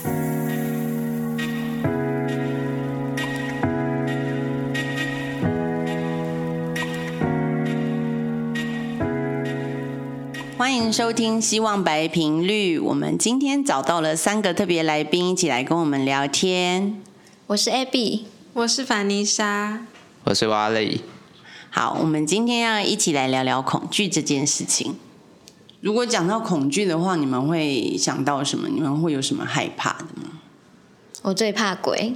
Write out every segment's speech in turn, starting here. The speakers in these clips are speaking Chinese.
欢迎收听希望白频率，我们今天找到了3个特别来宾一起来跟我们聊天。 我是 Abby， 我是凡妮莎， 我是瓦力。 好，我们今天要一起来聊聊恐惧这件事情。如果讲到恐惧的话，你们会想到什么？你们会有什么害怕的吗？ 我最怕鬼。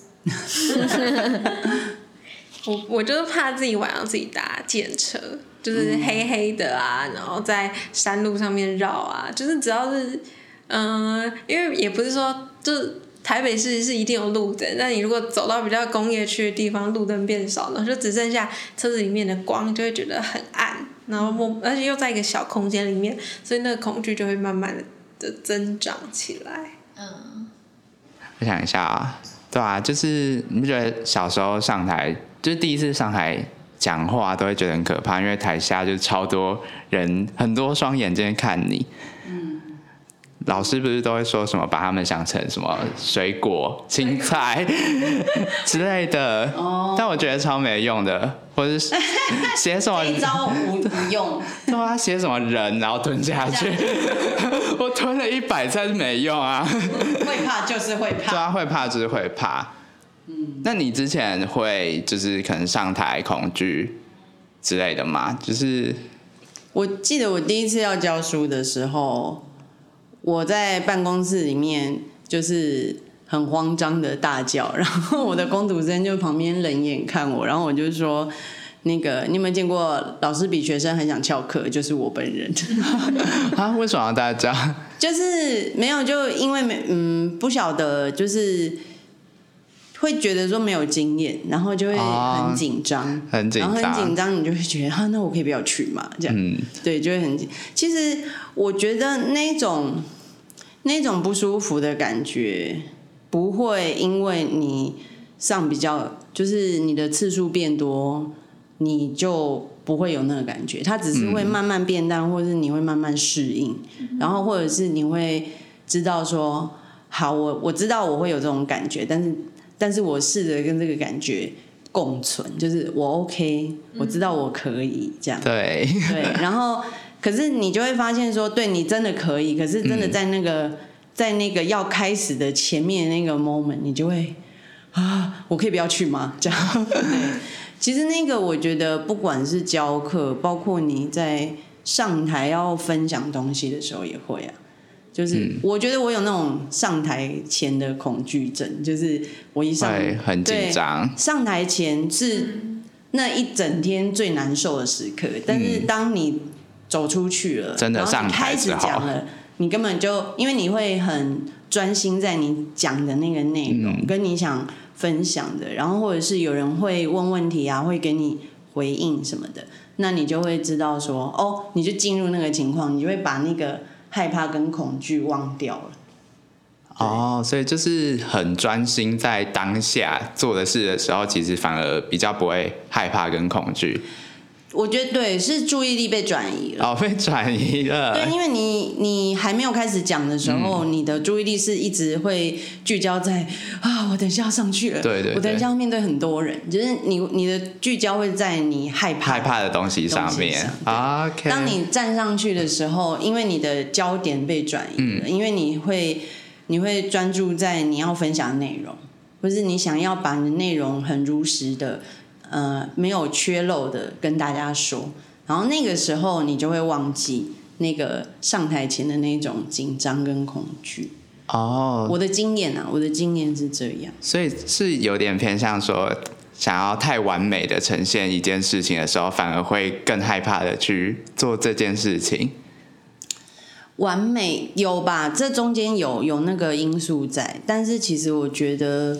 我就是怕自己晚上自己搭电车，就是黑黑的啊，然后在山路上面绕啊，就是只要是因为也不是说就是台北市是一定有路灯，但你如果走到比较工业区的地方，路灯变少了，就只剩下车子里面的光，就会觉得很暗，然后而且又在一个小空间里面，所以那个恐惧就会慢慢的增长起来。 我想一下啊，对啊，就是你不觉得小时候上台，就是第一次上台讲话都会觉得很可怕，因为台下就是超多人，很多双眼睛看你。老师不是都会说什么把他们想成什么水果、青菜之类的，但我觉得超没用的，或者是写什么这一招无用。 对啊，写什么人然后吞下去，我吞了100次还是没用啊。 会怕就是会怕。 对啊，会怕就是会怕。那你之前会就是可能上台恐惧之类的吗？就是我记得我第一次要教书的时候，我在办公室里面就是很慌张的大叫，然后我的工读生就旁边冷眼看我，然后我就说那个你有没有见过老师比学生很想翘课？就是我本人。 啊，为什么要大叫？ 就是没有，就因为不晓得，就是会觉得说没有经验，然后就会很紧张， 很紧张， 然后很紧张，你就会觉得那我可以不要去嘛？这样，对，就会很紧。其实我觉得那种不舒服的感觉，不会因为你上比较，就是你的次数变多，你就不会有那个感觉。它只是会慢慢变淡，或者是你会慢慢适应，然后或者是你会知道说，好，我知道我会有这种感觉，但是我试着跟这个感觉共存，就是我 OK， 我知道我可以这样。对，然后可是你就会发现说，对你真的可以，可是真的在那个要开始的前面那个 moment， 你就会我可以不要去吗？这样。其实那个我觉得，不管是教课，包括你在上台要分享东西的时候也会啊。就是我觉得我有那种上台前的恐惧症，就是我一上会很紧张， 上台前是那一整天最难受的时刻，但是当你走出去了， 真的上台之后，开始讲了，你根本就因为你会很专心在你讲的那个内容，跟你想分享的，然后或者是有人会问问题啊，会给你回应什么的，那你就会知道说，你就进入那个情况，你就会把那个害怕跟恐惧忘掉了。 所以就是很专心在当下做的事的时候，其实反而比较不会害怕跟恐惧。 我觉得对，是注意力被转移了。 被转移了。 对，因为你还没有开始讲的时候，你的注意力是一直会聚焦在我等一下要上去了， 对， 我等一下要面对很多人，就是你的聚焦会在你害怕的东西上面。 Okay. 当你站上去的时候，因为你的焦点被转移了，因为你会专注在你要分享的内容，或是你想要把你的内容很如实的。没有缺漏的跟大家说，然后那个时候你就会忘记那个上台前的那种紧张跟恐惧。我的经验是这样， 所以是有点偏向说，想要太完美的呈现一件事情的时候，反而会更害怕的去做这件事情。 完美有吧？这中间有那个因素在，但是其实我觉得。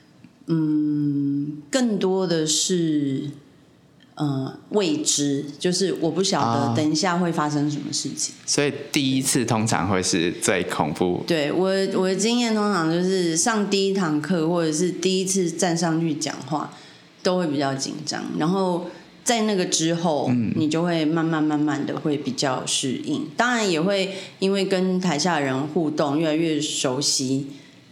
更多的是未知，就是我不晓得等一下会发生什么事情， 所以第一次通常会是最恐怖。 对，我的经验通常就是上第一堂课或者是第一次站上去讲话都会比较紧张，然后在那个之后你就会慢慢的会比较适应，当然也会因为跟台下的人互动越来越熟悉，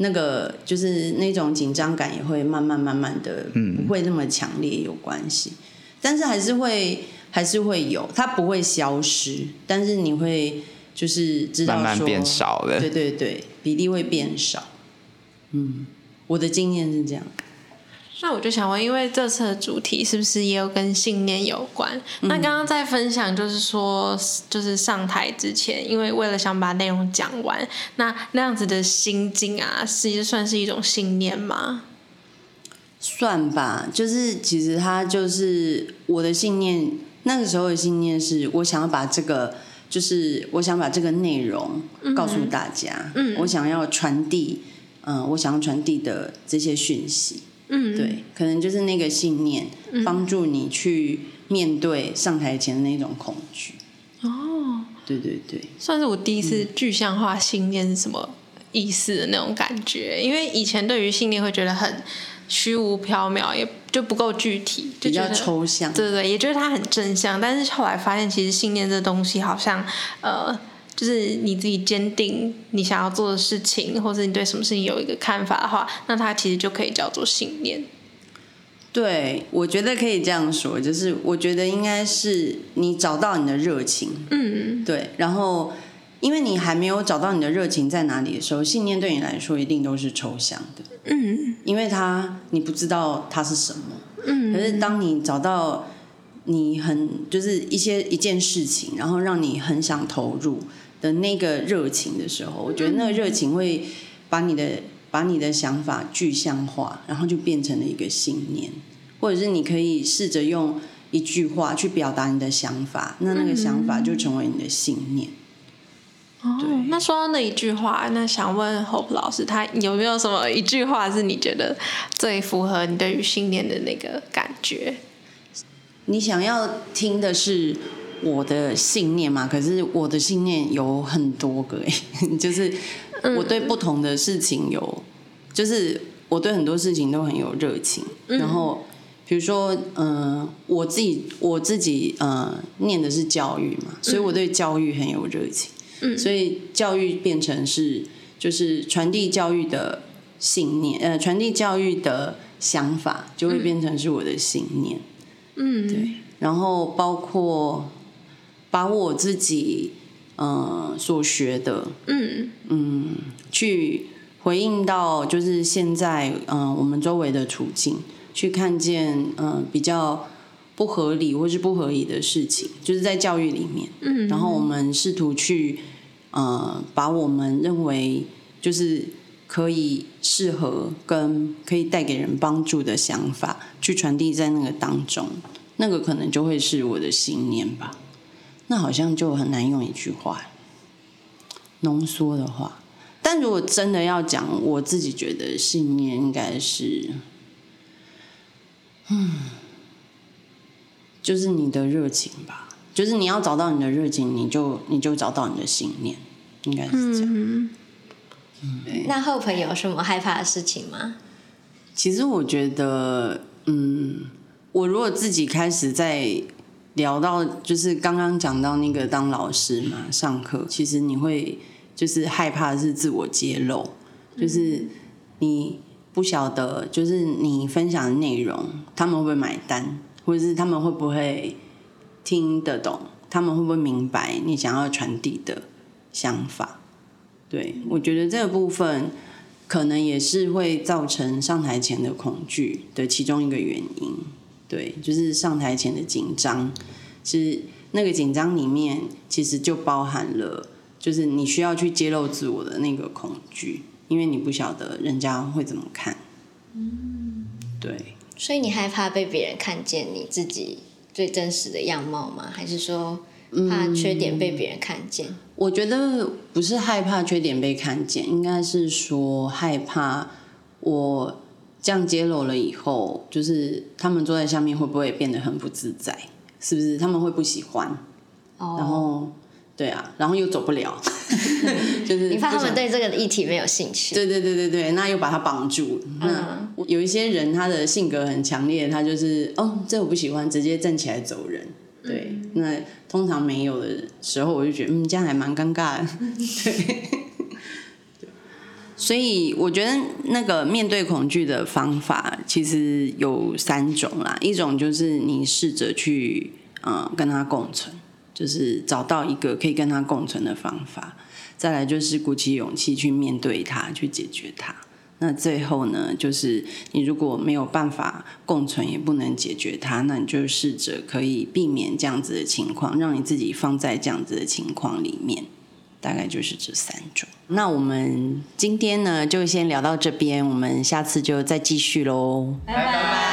那个就是那种紧张感也会慢慢的不会那么强烈有关系，但是还是会有，它不会消失，但是你会就是知道说慢慢变少了， 对对对，比例会变少。我的经验是这样。 那我就想问，因为这次的主题是不是也有跟信念有关？那刚刚在分享就是说，就是上台之前，因为为了想把内容讲完，那样子的心境啊，算是一种信念吗？ 算吧，就是其实它就是我的信念，那个时候的信念是我想要把这个，就是我想把这个内容告诉大家，我想要传递，我想要传递的这些讯息。对，可能就是那个信念帮助你去面对上台前的那种恐惧。对对对， 算是我第一次具象化信念是什么意思的那种感觉，因为以前对于信念会觉得很虚无缥缈，也就不够具体，就觉得比较抽象。 对对，也觉得它很正向，但是后来发现其实信念这东西好像就是你自己坚定你想要做的事情，或者你对什么事情有一个看法的话，那它其实就可以叫做信念。 对，我觉得可以这样说，就是我觉得应该是你找到你的热情，对，然后因为你还没有找到你的热情在哪里的时候，信念对你来说一定都是抽象的，因为你不知道它是什么，可是当你找到你就是一件事情，然后让你很想投入的那个热情的时候，我觉得那个热情会把你的想法具象化，然后就变成了一个信念，或者是你可以试着用一句话去表达你的想法，那个想法就成为你的信念。 那说到那一句话，那想问 Hope 老师，他有没有什么一句话是你觉得最符合你对于信念的那个感觉？ 你想要听的是我的信念嘛？可是我的信念有很多个就是我对不同的事情就是我对很多事情都很有热情。然后比如说我自己念的是教育嘛，所以我对教育很有热情。所以教育变成是就是传递教育的信念，传递教育的想法就会变成是我的信念。对，然后包括把我自己所学的，去回应到就是现在我们周围的处境，去看见比较不合理或是不合理的事情，就是在教育里面，然后我们试图去把我们认为就是可以适合跟可以带给人帮助的想法去传递在那个当中，那个可能就会是我的信念吧。那好像就很难用一句话浓缩的话，但如果真的要讲，我自己觉得信念应该是就是你的热情吧，就是你要找到你的热情，你就找到你的信念，应该是这样。 那Hope有什么害怕的事情吗？ 其实我觉得我如果自己开始在聊到就是刚刚讲到那个当老师嘛，上课其实你会就是害怕的是自我揭露，就是你不晓得就是你分享的内容他们会不会买单，或者是他们会不会听得懂，他们会不会明白你想要传递的想法。对，我觉得这个部分可能也是会造成上台前的恐惧的其中一个原因。对，就是上台前的紧张，是那个紧张里面其实就包含了就是你需要去揭露自我的那个恐惧，因为你不晓得人家会怎么看。对， 所以你害怕被别人看见你自己最真实的样貌吗？还是说怕缺点被别人看见？ 我觉得不是害怕缺点被看见，应该是说害怕我这样揭露了以后，就是他们坐在下面会不会变得很不自在？是不是他们会不喜欢？然后对啊，然后又走不了，就是你怕他们对这个议题没有兴趣？ 对，那又把他绑住。那有一些人他的性格很强烈，他就是这我不喜欢，直接站起来走人。对，那通常没有的时候，我就觉得这样还蛮尴尬的。对。 所以我觉得那个面对恐惧的方法其实有3种啦，一种就是你试着去跟它共存，就是找到一个可以跟它共存的方法，再来就是鼓起勇气去面对它，去解决它。那最后呢，就是你如果没有办法共存，也不能解决它，那你就试着可以避免这样子的情况，让你自己放在这样子的情况里面，大概就是这3种。那我们今天呢就先聊到这边，我们下次就再继续咯， 拜拜。